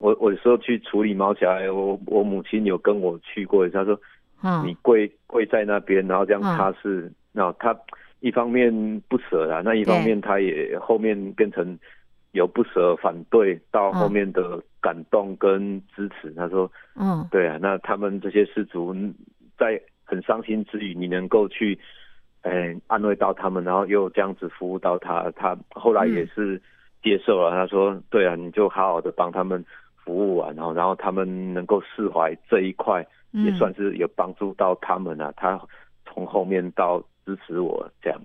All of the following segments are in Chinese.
我有时候去处理毛小孩，我母亲有跟我去过，她说，你跪在那边，然后这样擦拭，那她一方面不舍啦，那一方面她也后面变成有不舍反对，到后面的感动跟支持。她说，对啊，那他们这些失足在很伤心之余，你能够去安慰到他们，然后又这样子服务到他后来也是接受了。他说，对啊，你就好好的帮他们服务完，然后他们能够释怀这一块，也算是有帮助到他们啊。他从后面到支持我这样。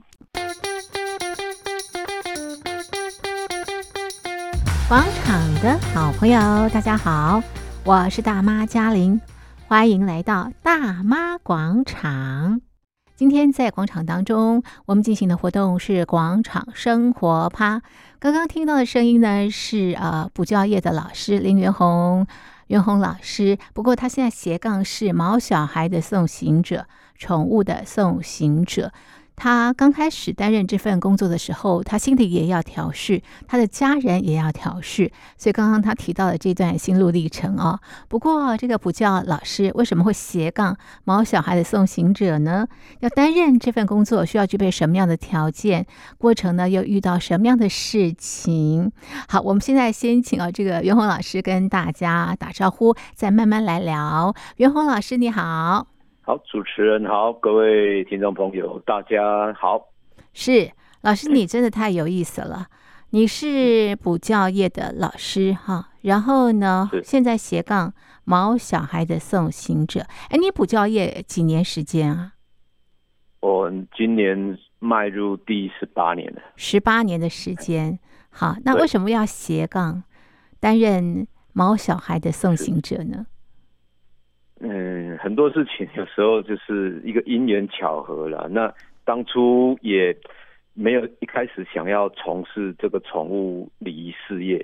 广场的好朋友，大家好，我是大妈嘉玲，欢迎来到大妈广场。今天在广场当中，我们进行的活动是广场生活趴。刚刚听到的声音呢，是补教业的老师林元宏老师。不过他现在斜杠是毛小孩的送行者，宠物的送行者。他刚开始担任这份工作的时候，他心里也要调试，他的家人也要调试，所以刚刚他提到的这段心路历程哦。不过这个补教老师为什么会斜杠毛小孩的送行者呢？要担任这份工作需要具备什么样的条件？过程呢又遇到什么样的事情？好，我们现在先请这个元宏老师跟大家打招呼，再慢慢来聊。元宏老师你好。 好，主持人好，各位听众朋友大家好。 是，老师你真的太有意思了，你是补教业的老师哈，然后呢现在斜杠毛小孩的送行者。你补教业几年时间啊？ 我今年迈入第18年了。 18年的时间。好，那为什么要斜杠担任毛小孩的送行者呢？ 很多事情有时候就是一个因缘巧合啦。那当初也没有一开始想要从事这个宠物礼仪事业。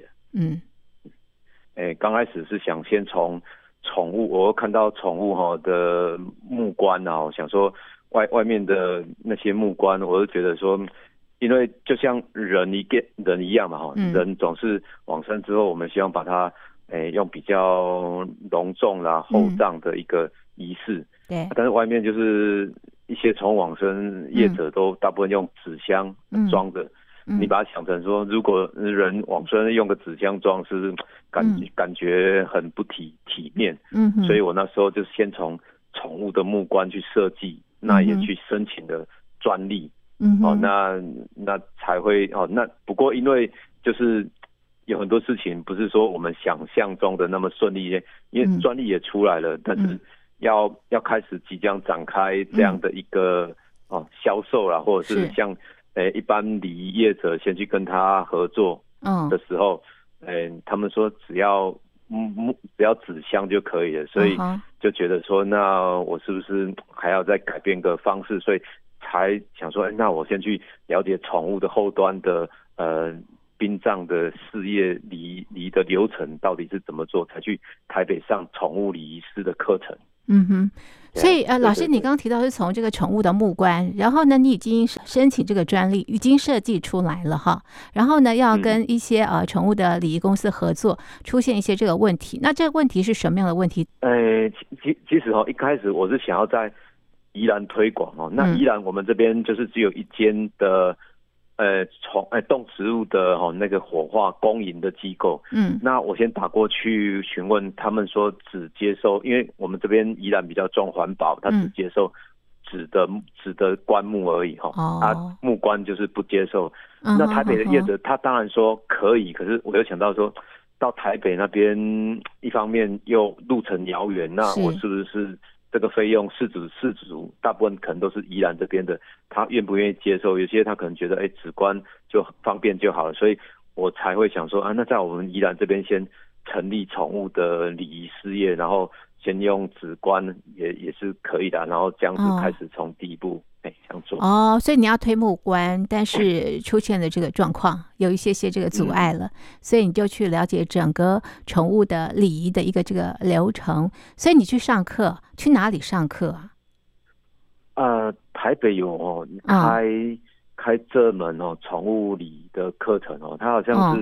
刚开始是想先从宠物，我看到宠物的木棺啊，想说外面的那些木棺，我就觉得说，因为就像人一样嘛，人总是往生之后，我们希望把它用比较隆重啦、厚葬的一个仪式。 对。 但是外面就是一些宠物往生业者都大部分用纸箱装的。你把它想成说，如果人往生用个纸箱装，是感觉很不体面。所以我那时候就先从宠物的木棺去设计，那也去申请了专利。那才会那不过因为就是有很多事情不是说我们想象中的那么顺利，因为专利也出来了，但是要开始即将展开这样的一个销售啦，或者是像一般礼仪业者先去跟他合作的时候，他们说只要纸箱就可以了，所以就觉得说，那我是不是还要再改变个方式？所以才想说，那我先去了解宠物的后端的殡葬的事业礼仪的流程到底是怎么做，才去台北上宠物礼仪师的课程。 所以老师你刚刚提到是从这个宠物的木棺，然后呢你已经申请这个专利，已经设计出来了哈，然后呢要跟一些宠物的礼仪公司合作，出现一些这个问题，那这个问题是什么样的问题？ 其实一开始我是想要在宜兰推广那宜兰我们这边就是只有一间的动植物的那个火化公营的机构。那我先打过去询问，他们说只接受，因为我们这边宜兰比较重环保，他只接受纸的棺木而已木棺就是不接受。那台北的业者他当然说可以，可是我又想到说到台北那边一方面又路程遥远，那我是不是这个费用事主大部分可能都是宜兰这边的，他愿不愿意接受？有些他可能觉得纸棺就方便就好了，所以我才会想说那在我们宜兰这边先成立宠物的礼仪事业，然后先用纸棺也是可以的，然后这样子开始从第一步这样做。 所以你要推木棺，但是出现了这个状况，有一些这个阻碍了，所以你就去了解整个宠物的礼仪的一个这个流程。所以你去上课，去哪里上课啊？ 台北有开这门宠物礼仪的课程它好像是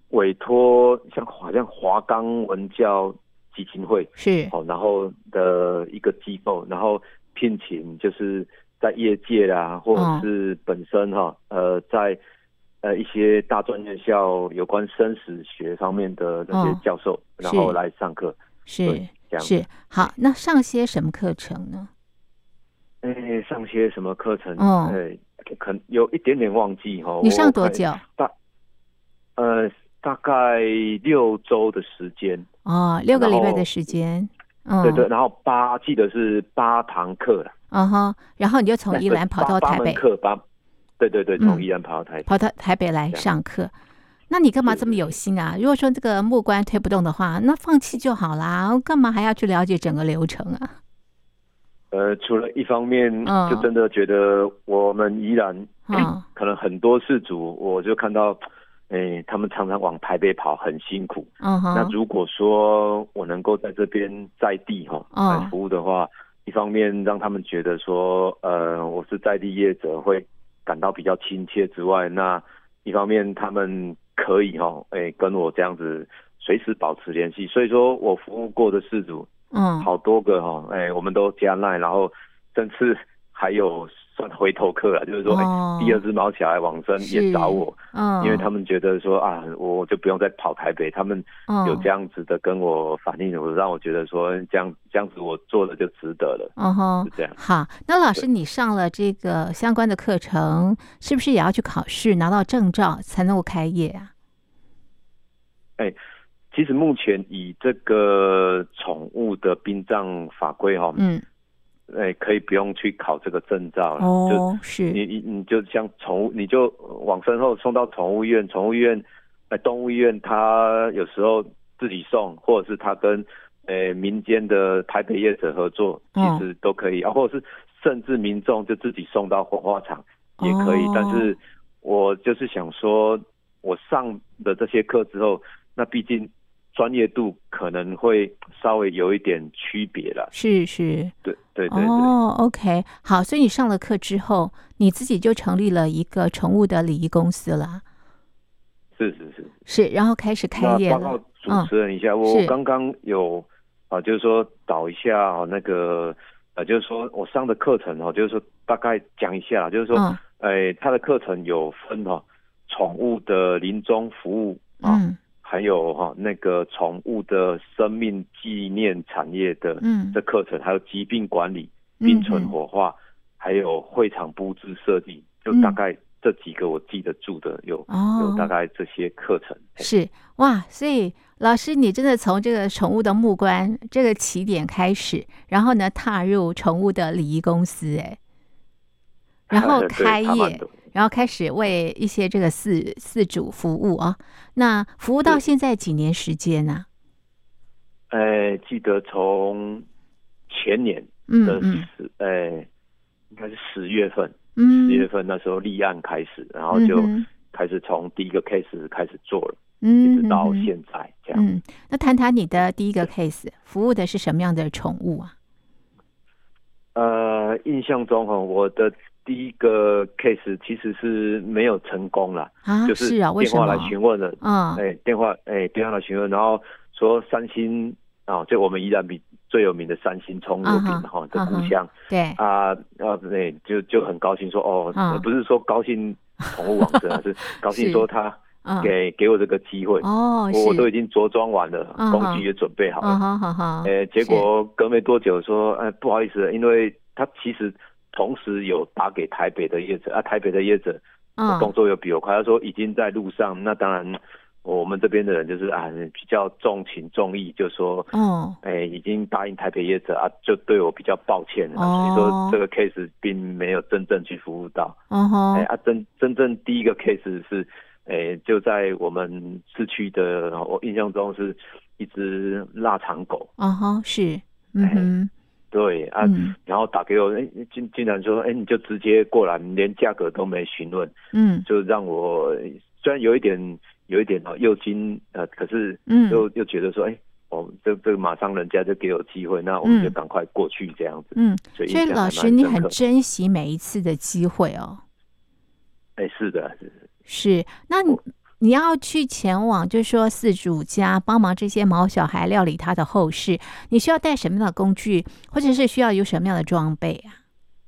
委托好像华冈文教基金会是然后的一个机构，然后聘请就是在业界啦，或者是本身在一些大专院校有关生死学方面的那些教授，然后来上课。 是这样是好，那上些什么课程呢？ 上些什么课程？可能有一点点忘记哈。 你上多久？ 大概6周的时间。 6个礼拜的时间。 对对，然后记得是8堂课了。 然后你就从宜兰跑到台北。 对对对，从宜兰跑到台北来上课。那你干嘛这么有心啊？如果说这个木棺推不动的话，那放弃就好啦，干嘛还要去了解整个流程啊？ 除了一方面，就真的觉得我们宜兰可能很多事主，我就看到，他们常常往台北跑，很辛苦。那如果说我能够在这边在地来服务的话，一方面让他们觉得说，我是在地业者，会感到比较亲切之外，那一方面他们可以跟我这样子随时保持联系。所以说我服务过的事主，好多个我们都加赖，然后甚至还有算回头客了，就是说第二只毛起来往生也找我，因为他们觉得说我就不用再跑台北，他们有这样子的跟我反映，让我觉得说这样子我做的就值得了。是这样。 好，那老师你上了这个相关的课程，是不是也要去考试拿到证照才能够开业啊？ 其实目前以这个宠物的殡葬法规可以不用去考这个证照了。 是你就像宠物，你就往身后送到宠物医院，动物医院它有时候自己送，或者是它跟民间的台北业者合作，其实都可以或者是甚至民众就自己送到火化场也可以。但是我就是想说，我上的这些课之后，那毕竟专业度可能会稍微有一点区别了。是，对对对对。 OK， 好，所以你上了课之后，你自己就成立了一个宠物的礼仪公司了。是，然后开始开业了。 报告主持人一下，我刚刚有就是说导一下那个就是说我上的课程就是说大概讲一下，就是说他的课程有分宠物的临终服务还有那个宠物的生命纪念产业的这课程，还有疾病管理、冰存火化，还有会场布置设计，就大概这几个我记得住的有大概这些课程。 是哇，所以老师你真的从这个宠物的木棺这个起点开始，然后呢踏入宠物的礼仪公司然后开业。然后开始为一些这个饲主服务那服务到现在几年时间呢？ 记得从前年的应该是10月份，10月份那时候立案开始，然后就开始从第一个 case 开始做了，一直到现在这样。 那谈谈你的第一个 case， 服务的是什么样的宠物啊？ 印象中我的第一个 case 其实是没有成功啦，就是电话来询问了，电话来询问，然后说三星就我们宜兰最有名的三星宠物品的故乡， 对就很高兴说不是说高兴宠物往生，是高兴说他给我这个机会我都已经着装完了，工具也准备好了，结果隔没多久说不好意思，因为他其实同时有打给台北的业者台北的业者动作又比我快，他说已经在路上。那当然我们这边的人就是比较重情重义，就说已经答应台北业者就对我比较抱歉了，所以说这个 case 并没有真正去服务到。真正第一个 case 是就在我们市区的，我印象中是一只腊肠狗。 是对然后打给我，竟然说，你就直接过来，连价格都没询问，就让我虽然有一点又惊，可是又觉得说，这个马上人家就给我机会，那我们就赶快过去这样子。所以老师你很珍惜每一次的机会是的， 是。那你要去前往，就是说饲主家帮忙这些毛小孩料理他的后事，你需要带什么样的工具，或者是需要有什么样的装备啊？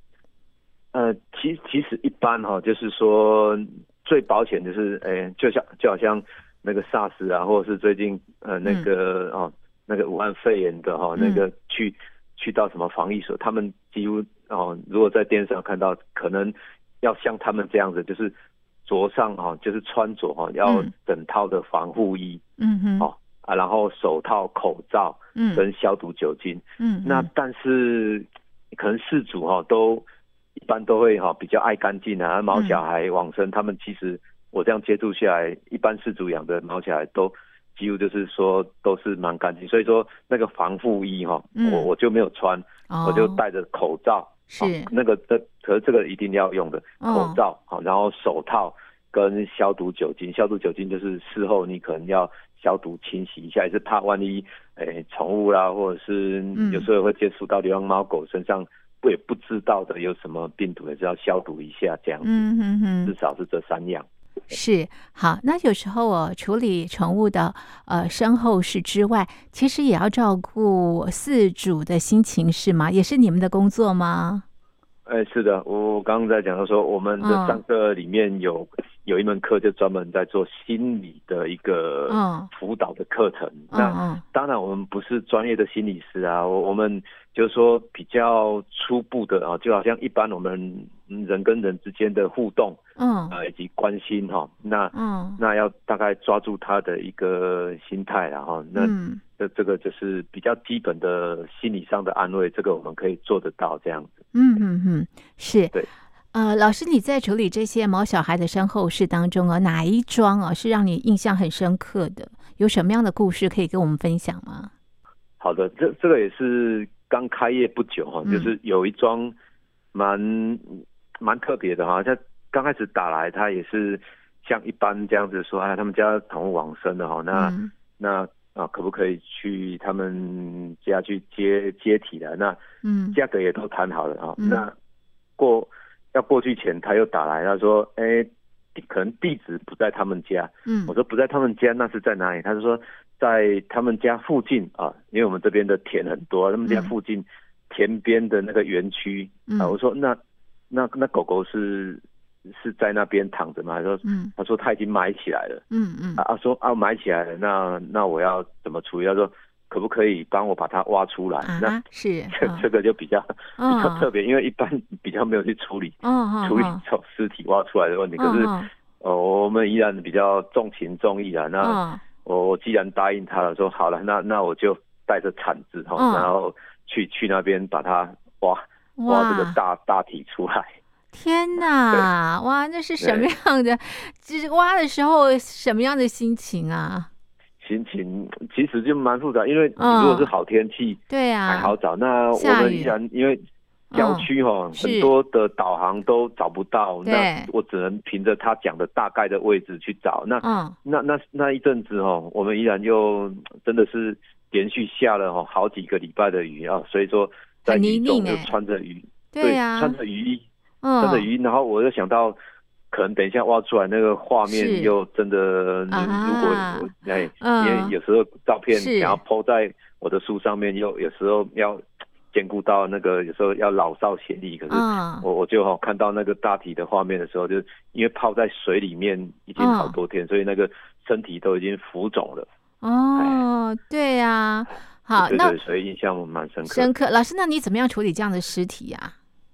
其实一般就是说最保险就是，就好像那个 SARS 啊，或者是最近那个那个武汉肺炎的那个去到什么防疫所，他们几乎如果在电视上看到，可能要像他们这样子，就是着上就是穿着要整套的防护衣，然后手套、口罩，跟消毒酒精，那但是可能饲主都一般都会比较爱干净啊，毛小孩往生，他们其实我这样接触下来，一般饲主养的毛小孩都几乎就是说都是蛮干净，所以说那个防护衣我就没有穿，我就戴着口罩， 是可是这个一定要用的口罩，然后手套跟消毒酒精，消毒酒精就是事后你可能要消毒清洗一下，也是怕万一宠物啦，或者是有时候会接触到流浪猫狗身上也不知道的有什么病毒，也是要消毒一下这样子，至少是这3样。 是，好，那有时候我处理宠物的身后事之外，其实也要照顾饲主的心情，是吗？也是你们的工作吗？ 是的，我刚刚在讲到说，我们的上课里面有一门课就专门在做心理的一个辅导的课程。那当然我们不是专业的心理师啊，我们就是说比较初步的就好像一般我们人跟人之间的互动，以及关心那要大概抓住他的一个心态那这个就是比较基本的心理上的安慰，这个我们可以做得到这样子。 是。 对。 老师，你在处理这些毛小孩的身后事当中哪一桩是让你印象很深刻的？有什么样的故事可以跟我们分享吗？ 好的，这个也是刚开业不久就是有一桩蛮特别的他刚开始打来，他也是像一般这样子说，他们家宠物往生了那可不可以去他们家去接体的？那价格也都谈好了那要过去前，他又打来，他说可能地址不在他们家。我说不在他们家，那是在哪里？他就说在他们家附近因为我们这边的田很多，他们家附近田边的那个园区我说那狗狗是在那边躺着吗？他说他已经埋起来了。说埋起来了，那我要怎么处理？他说可不可以帮我把它挖出来？那是这个就比较特别，因为一般比较没有去处理这种尸体挖出来的问题。可是我们依然比较重情重义那我既然答应他了，说好了，那我就带着铲子然后去那边把它挖这个大体出来。 天哪！哇，那是什么样的？就是挖的时候什么样的心情啊？ 心情其实就蛮复杂，因为如果是好天气， 对啊， 还好找。那我们依然因为郊区很多的导航都找不到，那我只能凭着他讲的大概的位置去找。那一阵子我们依然又真的是连续下了好几个礼拜的雨所以说在雨中就穿着雨， 对啊， 穿着雨衣，然后我就想到。可能等一下挖出来那个画面又真的，如果因为有时候照片想要 po 在我的书上面，有时候要兼顾到那个有时候要老少咸宜，可是我就看到那个大体的画面的时候，就因为泡在水里面已经好多天，所以那个身体都已经浮肿了。 对啊，好， 那所以印象蛮深刻。 老师，那你怎么样处理这样的尸体啊？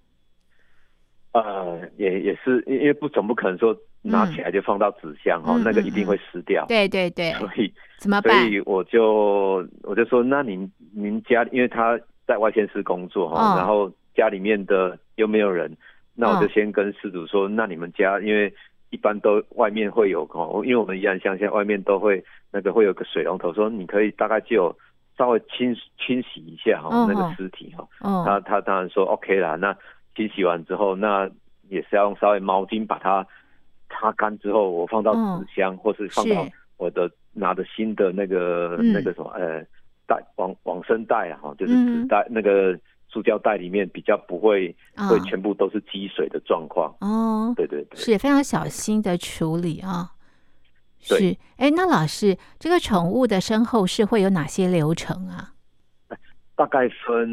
也是因为总不可能说拿起来就放到纸箱那个一定会湿掉。 对， 所以怎么办？ 所以我就说，那您家，因为他在外县市工作然后家里面的又没有人，那我就先跟事主说，那你们家因为一般都外面会有因为我们宜兰乡下外面都会会有个水龙头，说你可以大概就稍微清洗一下那个尸体他当然说 OK 啦，那清洗完之后，那也是要用稍微毛巾把它擦干之后，我放到纸箱，或是放到我的拿着新的那个什么袋往生袋就是纸袋那个塑胶袋里面，比较不会全部都是积水的状况。 对，是非常小心的处理是。那老师，这个宠物的身后事会有哪些流程啊？ 大概分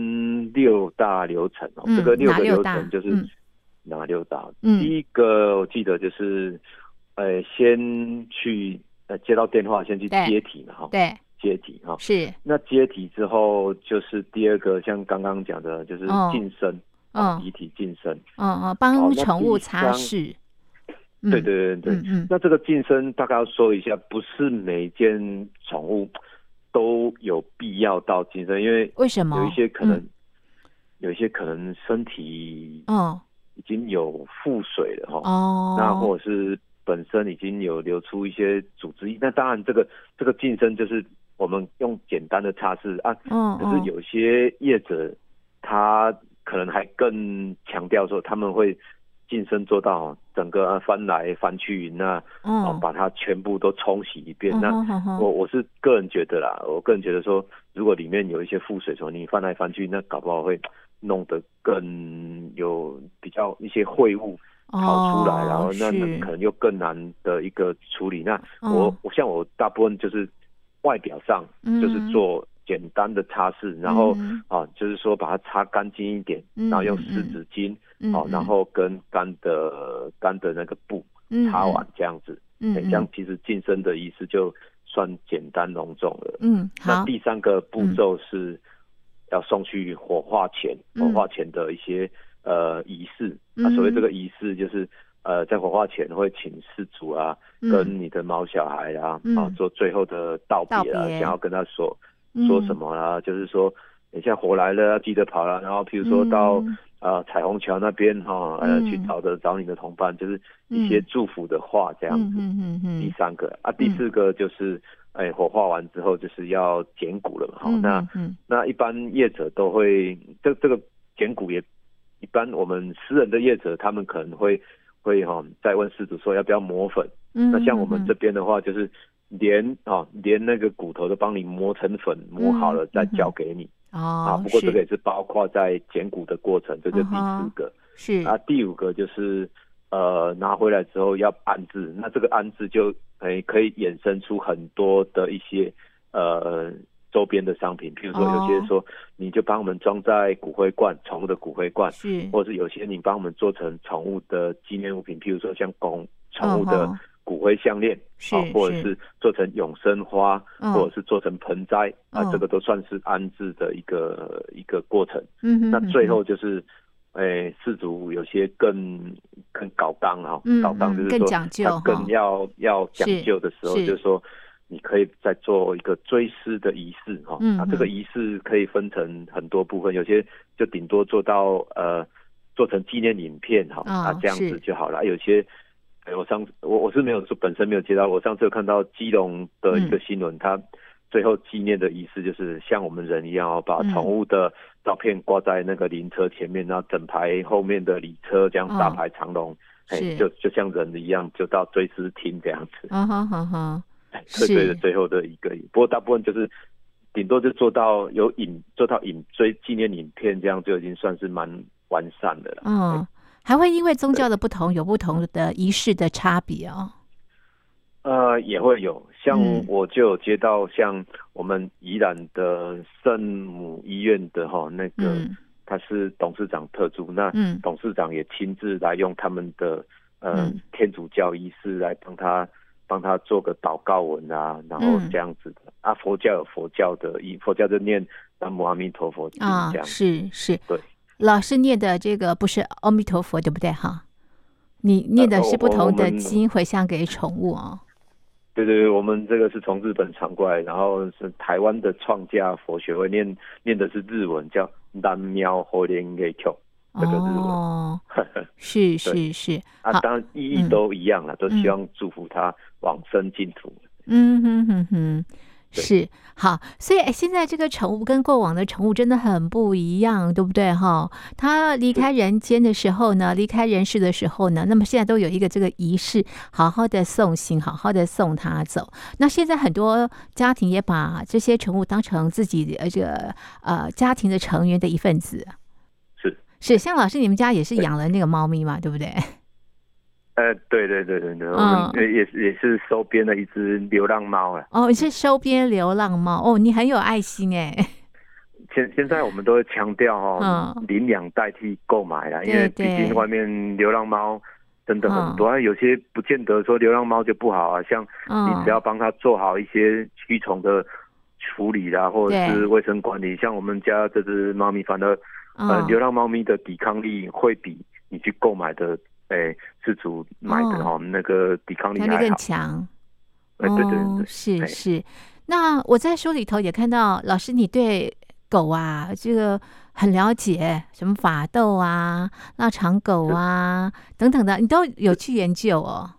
6大流程这个6个流程就是哪6大？第一个我记得就是，先去接到电话，先去接体嘛， 对， 接体哈。 是。 那接体之后，就是第二个，像刚刚讲的，就是净身，遗体净身， 帮宠物擦拭。 对。那这个净身大概要说一下，不是每件宠物都有必要到净身，因为什么？ 有一些可能身体已经有腹水了那或者是本身已经有流出一些组织液，那当然这个净身就是我们用简单的擦拭可是有些业者他可能还更强调说他们会净身做到整个翻来翻去，那把它全部都冲洗一遍。那我是个人觉得啦，我个人觉得说，如果里面有一些腹水，你翻来翻去，那搞不好会弄得更有比较一些秽物跑出来，然后那可能又更难的一个处理。那我像我大部分就是外表上就是做简单的擦拭，然后就是说把它擦干净一点，然后用湿纸巾然后跟干的那个布擦完这样子，这样其实净身的意思就算简单隆重了。那第3个步骤是要送去火化前的一些仪式。所谓这个仪式就是在火化前会请事主跟你的毛小孩做最后的道别想要跟他说什么啦，就是说等一下火来了要记得跑了，然后譬如说到彩虹桥那边去找你的同伴，就是一些祝福的话这样子。第3个第4个就是火化完之后就是要捡骨了嘛。那一般业者都会这个捡骨也一般我们私人的业者他们可能会再问事主说要不要磨粉。那像我们这边的话就是连那个骨头都帮你磨成粉，磨好了再交给你。不过这个也是包括在捡骨的过程，这就第4个。 是第5个就是拿回来之后要安置，那这个安置就可以衍生出很多的一些周边的商品，譬如说有些说你就帮我们装在骨灰罐，宠物的骨灰罐，或者是有些你帮我们做成宠物的纪念物品，譬如说像宠物的骨灰项链，或者是做成永生花，或者是做成盆栽这个都算是安置的一个过程。那最后就是事主有些更搞当搞当就是说他更要讲究的时候，就是说你可以再做一个追思的仪式这个仪式可以分成很多部分，有些就顶多做到做成纪念影片这样子就好了。有些我是没有说本身没有接到，我上次有看到基隆的一个新闻，他最后纪念的仪式就是像我们人一样把宠物的照片挂在那个灵车前面，然后整排后面的礼车这样大排长龙，就像人一样，就到追思厅这样子。对的，最后的一个，不过大部分就是顶多就做到追纪念影片，这样就已经算是蛮完善的了。 还会因为宗教的不同有不同的仪式的差别也会有，像我就有接到像我们宜兰的圣母医院的那个他是董事长特助，那董事长也亲自来用他们的天主教仪式来帮他做个祷告文然后这样子的佛教有佛教的，佛教就念南无阿弥陀佛经这样。 是， 对。 老师念的这个不是阿弥陀佛对不对你念的是不同的经回向给宠物对，我们这个是从日本传过来，然后是台湾的创价佛学会念的是日文，叫南喵火莲给球，这个日文。是当然意义都一样都希望祝福他往生净土。 是好，所以现在这个宠物跟过往的宠物真的很不一样，对不对它离开人间的时候呢，离开人世的时候呢，那么现在都有一个这个仪式，好好的送行，好好的送它走。那现在很多家庭也把这些宠物当成自己的家庭的成员的一份子。 是， 像老师你们家也是养了那个猫咪嘛，对不对？ 对，我们也是收编了一只流浪猫啊。 哦，是收编流浪猫哦，你很有爱心哎。 现在我们都会强调领养代替购买啦，因为毕竟外面流浪猫真的很多，有些不见得说流浪猫就不好啊，像你只要帮它做好一些驱虫的处理啦，或者是卫生管理，像我们家这只猫咪，反而流浪猫咪的抵抗力会比你去购买的饲主买的那个抵抗力还好， 更强。 对， 是。那我在书里头也看到，老师你对狗啊这个很了解，什么法斗啊、腊肠狗啊等等的，你都有去研究哦。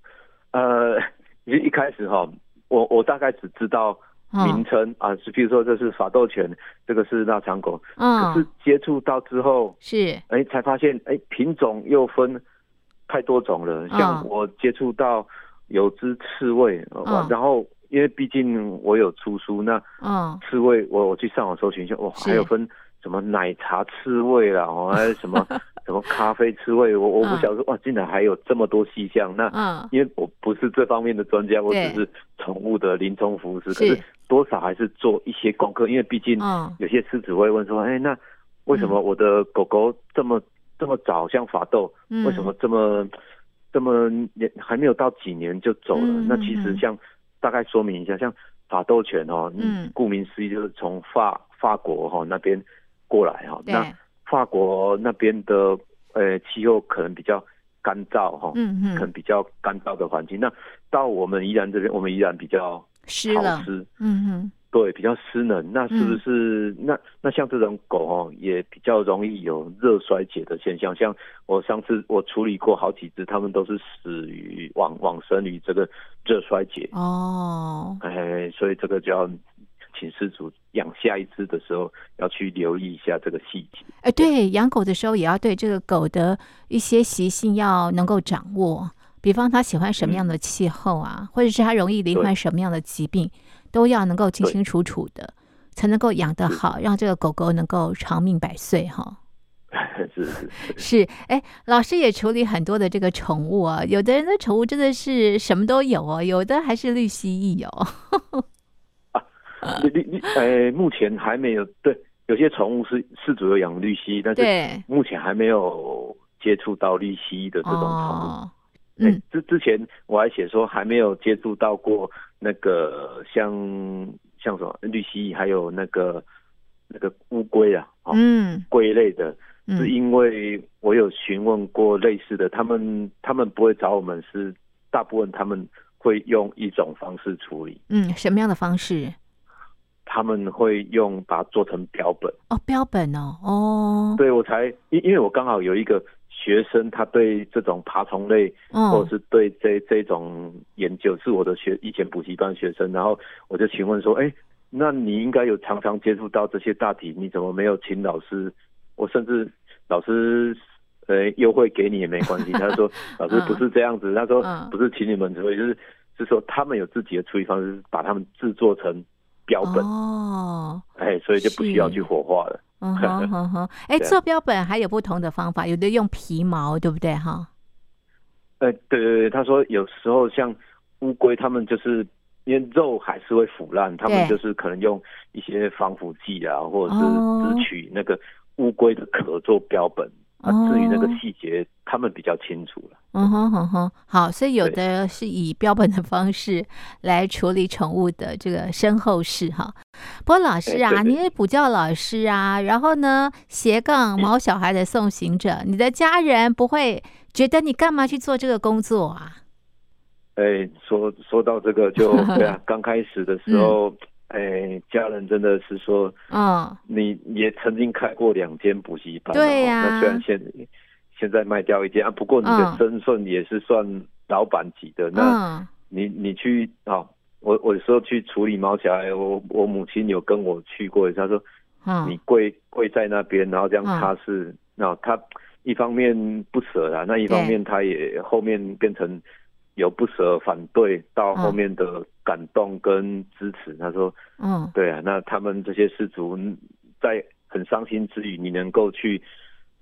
一开始我大概只知道名称啊，比如说这是法斗犬，这个是腊肠狗，可是接触到之后才发现品种又分太多种了。像我接触到有只刺猬，然后因为毕竟我有出书，那刺猬我去上网搜寻一下，还有分什么奶茶刺猬啦，还有什么什么咖啡刺猬，我不晓得说竟然还有这么多细项。那因为我不是这方面的专家，我只是宠物的临终服务师，可是多少还是做一些功课，因为毕竟有些狮子会问说，那为什么我的狗狗这么早像法斗，为什么这么还没有到几年就走了？那其实像大概说明一下，像法斗犬顾名思义就是从法国那边过来那法国那边的气候可能比较干燥可能比较干燥的环境。那到我们宜兰这边，我们宜兰比较潮湿，对，比较湿冷。那是不是那像这种狗也比较容易有热衰竭的现象？像我上次我处理过好几只，它们都是死于往生于这个热衰竭。所以这个就要请饲主养下一只的时候要去留意一下这个细节。 对，养狗的时候也要对这个狗的一些习性要能够掌握，比方它喜欢什么样的气候啊，或者是它容易罹患什么样的疾病，都要能够清清楚楚的，才能够养得好，让这个狗狗能够长命百岁是。老师也处理很多的这个宠物啊，有的人的宠物真的是什么都有哦，有的还是绿蜥蜴哦。 目前还没有，对，有些宠物是饲主有养绿蜥蜴，但是目前还没有接触到绿蜥蜴的这种宠物。之前我还写说还没有接触到过那个像什么绿蜥蜴，还有那个乌龟啊，龟类的，是因为我有询问过类似的，他们不会找我们，是大部分他们会用一种方式处理。 什么样的方式？ 他们会把它做成标本。 标本哦。 对，我才因为我刚好有一个学生，他对这种爬虫类，或者是对这种研究，是我的以前补习班学生，然后我就询问说，那你应该有常常接触到这些大体，你怎么没有请老师？我甚至老师优惠给你也没关系。他说老师不是这样子，他说不是请你们处理，是说他们有自己的处理方式，把他们制作成标本所以就不需要去火化了。 做标本还有不同的方法，有的用皮毛，对不对对，他说有时候像乌龟，他们就是因为肉还是会腐烂，他们就是可能用一些防腐剂啊，或者是只取那个乌龟的壳做标本。至于那个细节，他们比较清楚了。 好，所以有的是以标本的方式来处理宠物的这个身后事不过老师啊，你是补教老师啊，然后呢斜杠毛小孩的送行者，你的家人不会觉得你干嘛去做这个工作啊？ 说到这个就对啊，刚开始的时候。家人真的是说，你也曾经开过2间补习班， 对呀。 那虽然现在卖掉1间不过你的身份也是算老板级的。那你去我有时候去处理毛小孩，我母亲有跟我去过，她说，你跪在那边，然后这样擦拭，她一方面不舍啦，那一方面她也后面变成有不舍反对，到后面的感动跟支持。他说对啊，那他们这些饲主在很伤心之余，你能够去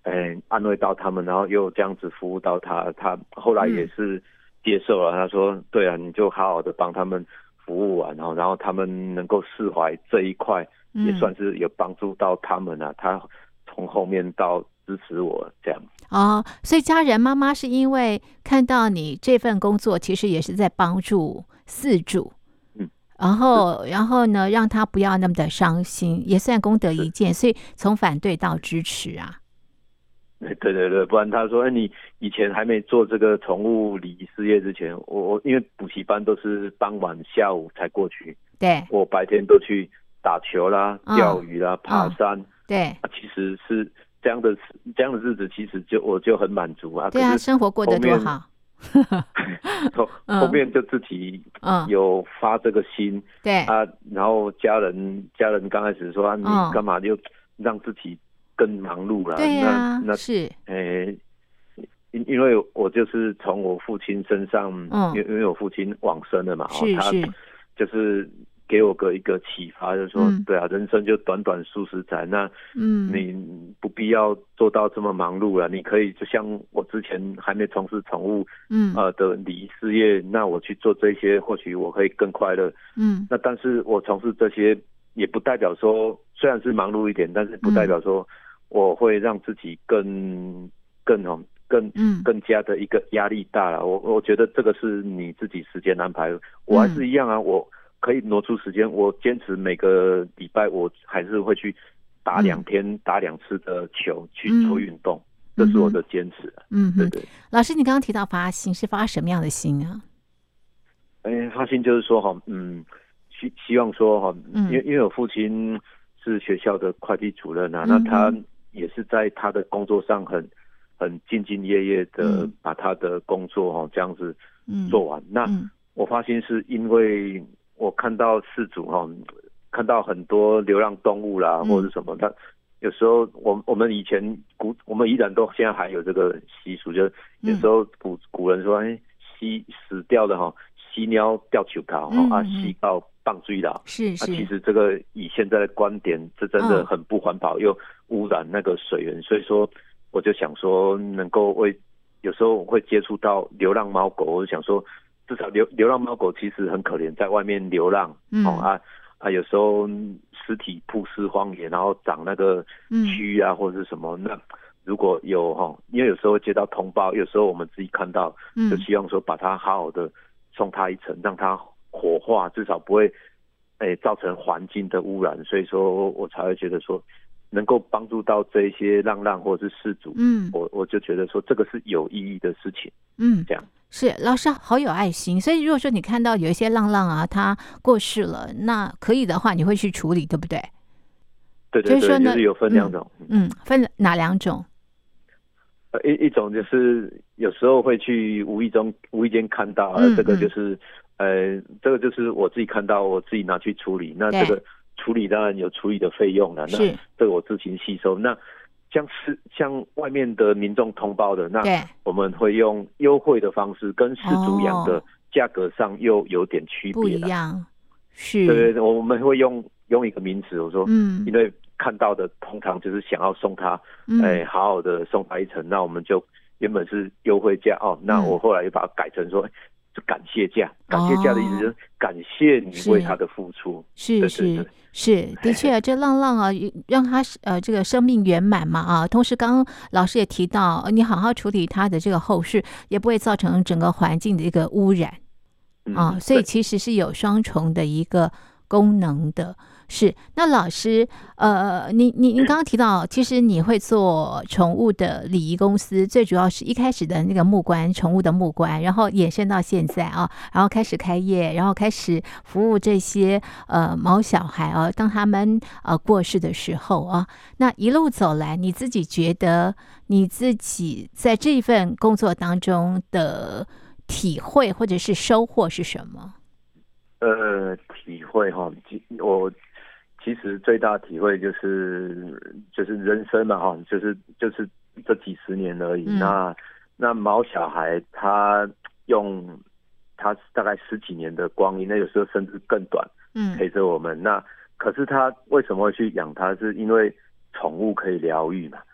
安慰到他们，然后又这样子服务到他后来也是接受了，他说对啊，你就好好的帮他们服务完，然后他们能够释怀这一块，也算是有帮助到他们啊。他从后面到支持我这样。 所以家人妈妈是因为看到你这份工作其实也是在帮助饲主，然后呢让他不要那么的伤心，也算功德一件，所以从反对到支持啊。 对，不然他说你以前还没做这个宠物礼仪事业之前，我因为补习班都是傍晚下午才过去， 对， 我白天都去打球啦、钓鱼啦、爬山， 对， 其实是这样的日子，其实我就很满足啊。 对啊，生活过得多好。 后面就自己有发这个心， 对啊，然后家人刚开始说你干嘛就让自己更忙碌了？ 对啊， 那是， 因为我就是从我父亲身上，因为我父亲往生了嘛，他就是给我一个启发，就是说，对啊，人生就短短数十载，那你不必要做到这么忙碌了，你可以就像我之前还没从事宠物的礼仪事业，那我去做这些，或许我可以更快乐。那但是我从事这些，也不代表说，虽然是忙碌一点，但是不代表说我会让自己更加的一个压力大了。我觉得这个是你自己时间安排，我还是一样啊，我可以挪出时间，我坚持每个礼拜我还是会去打2天、打2次的球去做运动，这是我的坚持。对。 老师，你刚刚提到发心，是发什么样的心啊？ 发心就是说希望说因为我父亲是学校的会计主任啊，那他也是在他的工作上很兢兢业业的把他的工作这样子做完。那我发心是因为我看到饲主看到很多流浪动物啦，或者什么，他有时候我们以前我们依然都现在还有这个习俗，就是有时候古人说死掉的犀鸟吊球考犀到棒追啦， 是其实这个以现在的观点，这真的很不环保，又污染那个水源，所以说我就想说能够有时候我会接触到流浪猫狗，我就想说至少流浪猫狗其实很可怜，在外面流浪有时候尸体曝尸荒野，然后长那个蛆啊或者是什么，那如果有因为有时候会接到通报，有时候我们自己看到，就希望说把它好好的送它一程，让它火化，至少不会造成环境的污染，所以说我才会觉得说能够帮助到这些浪或者是饲主，我就觉得说这个是有意义的事情。这样是老师好有爱心，所以如果说你看到有一些浪啊，他过世了，那可以的话你会去处理，对不对？ 对， 就是说呢， 就是有分2种。 分哪2种？ 一种就是有时候会去无意间看到，这个就是这个就是我自己看到，我自己拿去处理。那这个处理当然有处理的费用了，那这个我自行吸收。那像外面的民众通报的，那我们会用优惠的方式，跟饲主养的价格上又有点区别， 不一样。是， 对，我们会用一个名词，我说，因为看到的通常就是想要送他，好好的送他一程，那我们就原本是优惠价那我后来又把它改成说，就感谢价。感谢价的意思就是感谢你为他的付出。 是，的确，这浪让他这个生命圆满嘛同时，刚刚老师也提到，你好好处理他的这个后事，也不会造成整个环境的一个污染所以其实是有双重的一个功能的。是，那老师，你刚刚提到，其实你会做宠物的礼仪公司，最主要是一开始的那个牧关，宠物的牧关，然后延伸到现在然后开始开业，然后开始服务这些毛小孩当他们过世的时候那一路走来，你自己觉得你自己在这份工作当中的体会或者是收获是什么？ 体会我其实最大的体会就是人生嘛就是这几十年而已。那毛小孩他大概10几年的光阴，那有时候甚至更短，陪着我们。那可是他为什么会去养它？是因为宠物可以疗愈嘛。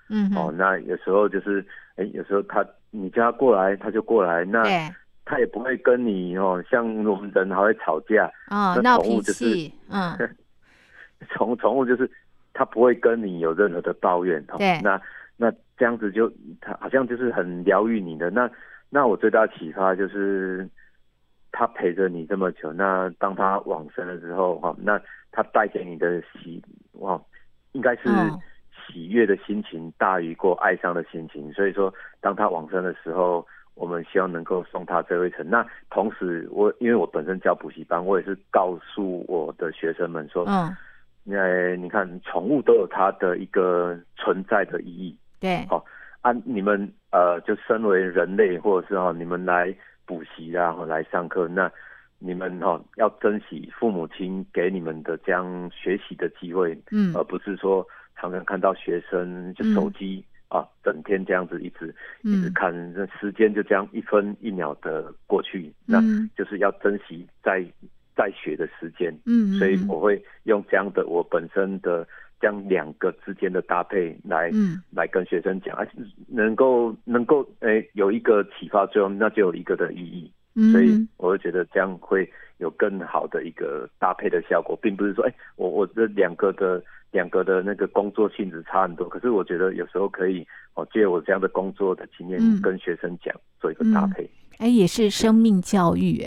那有时候就是有时候你叫他过来他就过来，那他也不会跟你像我们人还会吵架闹脾气， 宠物就是他不会跟你有任何的抱怨， 对， 那这样子就他好像就是很疗愈你的。那我最大的启发就是他陪着你这么久，那当他往生的时候那他带给你的应该是喜悦的心情大于过哀伤的心情，所以说当他往生的时候，我们希望能够送他最后一程。那同时因为我本身教补习班，我也是告诉我的学生们说，你看宠物都有它的一个存在的意义， 对， 你们就身为人类或者是你们来补习来上课，那你们要珍惜父母亲给你们的这样学习的机会，而不是说常常看到学生就手机整天这样子一直看，那时间就这样1分1秒的过去，那就是要珍惜在学的时间，所以我会用这样的我本身的这样2个之间的搭配来跟学生讲，能够有一个启发作用，那就有一个的意义，所以我会觉得这样会有更好的一个搭配的效果，并不是说我这两个的那个工作性质差很多，可是我觉得有时候可以借我这样的工作的经验跟学生讲，做一个搭配， 也是生命教育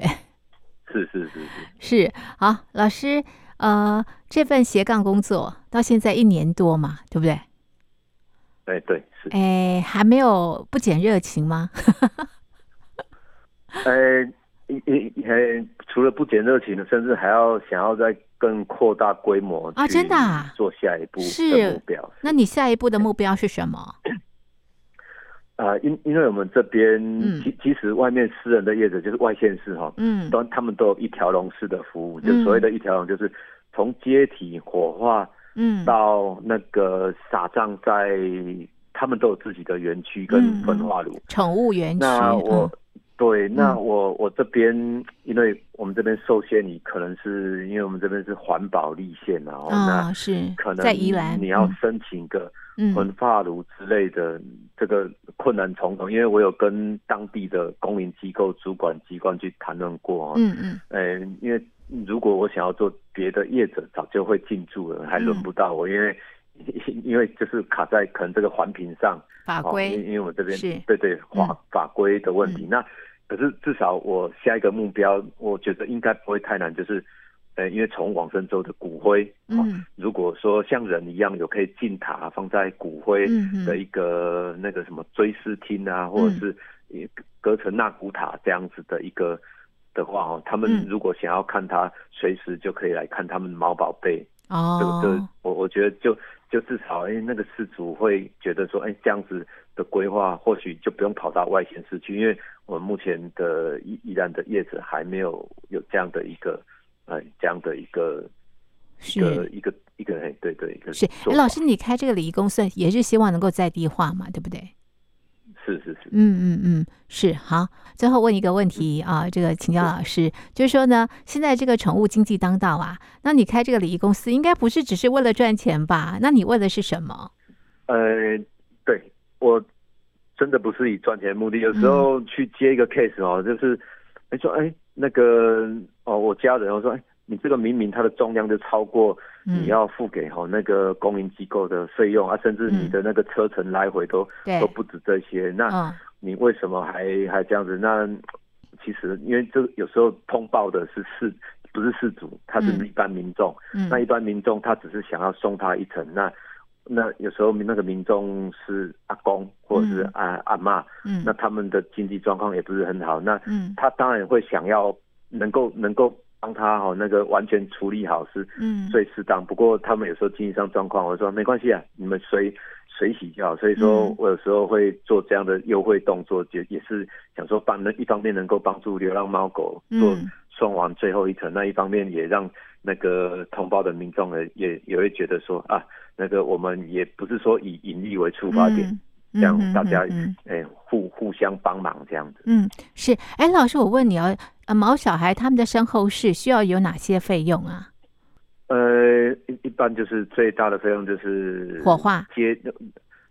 是好，老师这份斜杠工作到现在1年多嘛，对不对？ 对，是。 还没有不减热情吗？ 除了不减热情，甚至还要想要再更扩大规模真的做下一步的目标。 那你下一步的目标是什么？ 因为我们这边其实外面私人的业者就是外县市他们都有一条龙式的服务，就所谓的一条龙就是从接体火化到那个撒葬在他们都有自己的园区跟焚化炉， 宠物园区。 那我这边因为我们这边受限于可能是因为我们这边是环保立县那是可能在宜兰你要申请个焚化炉之类的，这个困难重重，因为我有跟当地的公营机构主管机关去谈论过因为如果我想要做别的业者早就会进驻了，还轮不到我，因为就是卡在可能这个环评上法规， 因为我这边对法规的问题，那可是至少我下一个目标我觉得应该不会太难，就是因为从往生州的骨灰如果说像人一样有可以进塔放在骨灰的一个那个什么追思厅或者是隔层纳古塔这样子的一个的话他们如果想要看他随时就可以来看他们毛宝贝这个我觉得就至少那个事主会觉得说这样子的规划或许就不用跑到外县市去，因为我们目前的宜兰的业者还没有这样的一个这样的一个对是。老师你开这个礼仪公司也是希望能够在地化嘛，对不对？ 是是。好，最后问一个问题这个请教老师，就是说呢，现在这个宠物经济当道那你开这个礼仪公司应该不是只是为了赚钱吧？那你为的是什么？ 对，我真的不是以赚钱的目的，有时候去接一个 case 就是说那个我家人我说你这个明明它的重量就超过你要付给那个公营机构的费用甚至你的那个车程来回都不止这些，那你为什么还这样子？那其实因为这有时候通报的不是事主，他是一般民众那一般民众他只是想要送他一程，那有时候那个民众是阿公或者是阿嬷那他们的经济状况也不是很好，那他当然会想要能够帮他那个完全处理好是最适当，不过他们有时候经济上状况我说没关系你们随喜就好，所以说我有时候会做这样的优惠动作，也是想说一方面能够帮助流浪猫狗做送完最后一程，那一方面也让那个同胞的民众也会觉得说那个我们也不是说以盈利为出发点，这样大家互相帮忙这样子。 是。老师我问你毛小孩他们的身后事需要有哪些费用一般就是最大的费用就是火化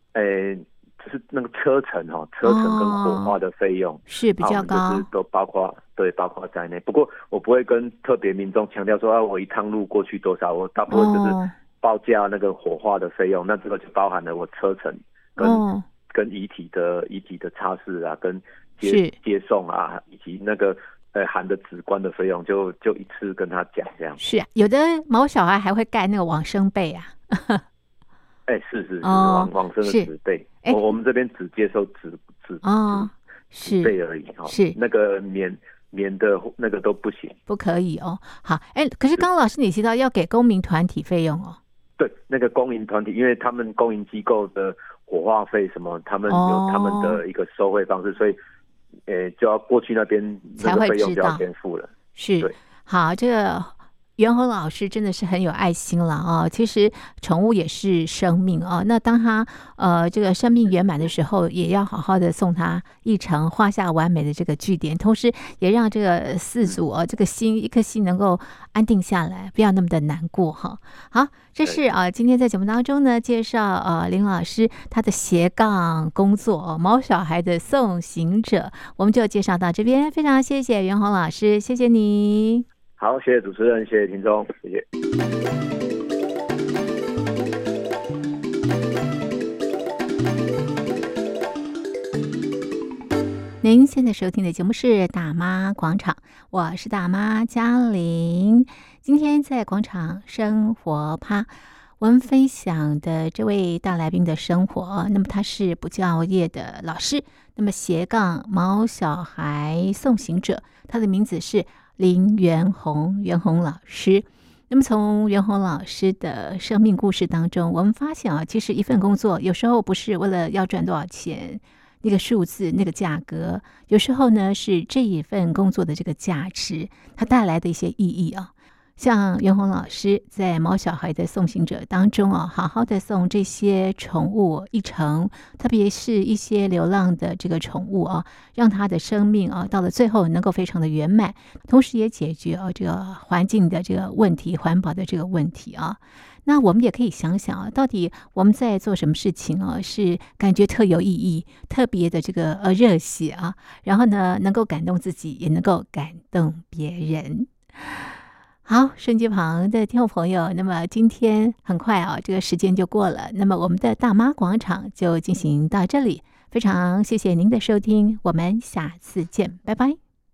就是那个车程车程跟火化的费用是比较高， 就是都包括在内。不过我不会跟特别民众强调说我一趟路过去多少，我大部分就是报价那个火化的费用，那这个就包含了我车程跟遗体的擦拭啊，跟接送啊，以及那个含的纸棺的费用，就一次跟他讲这样。 是啊，有的毛小孩还会盖那个往生被啊。 是往生的纸被，我们这边只接受纸被而已是那个棉的那个都不行， 不可以哦。好，可是刚刚老师你提到要给公民团体费用哦。 对，那个公民团体，因为他们公营机构的火化费什么，他们有他们的一个收费方式，所以就要过去那边那个费用就要先付了。 是，好，这个袁弘老师真的是很有爱心了哦。其实宠物也是生命哦，那当他这个生命圆满的时候，也要好好的送他一程，画下完美的这个句点，同时也让这个饲主这个一颗心能够安定下来，不要那么的难过哈。好，这是今天在节目当中呢介绍林老师他的斜杠工作毛小孩的送行者，我们就介绍到这边，非常谢谢袁弘老师，谢谢你。 好，谢谢主持人，谢谢听众，谢谢。 您现在收听的节目是大妈广场，我是大妈嘉玲。今天在广场生活趴，我们分享的这位大来宾的生活，那么他是补教业的老师，那么斜杠毛小孩送行者，他的名字是林元宏老师。那么从元宏老师的生命故事当中，我们发现其实一份工作有时候不是为了要赚多少钱，那个数字那个价格，有时候呢是这一份工作的这个价值它带来的一些意义像袁弘老师在毛小孩的送行者当中好好的送这些宠物一程，特别是一些流浪的这个宠物让它的生命到了最后能够非常的圆满，同时也解决这个环境的这个问题，环保的这个问题那我们也可以想想到底我们在做什么事情是感觉特有意义，特别的这个热血然后呢能够感动自己，也能够感动别人。好，手机旁的听众朋友，那么今天很快这个时间就过了，那么我们的大妈广场就进行到这里，非常谢谢您的收听，我们下次见，拜拜。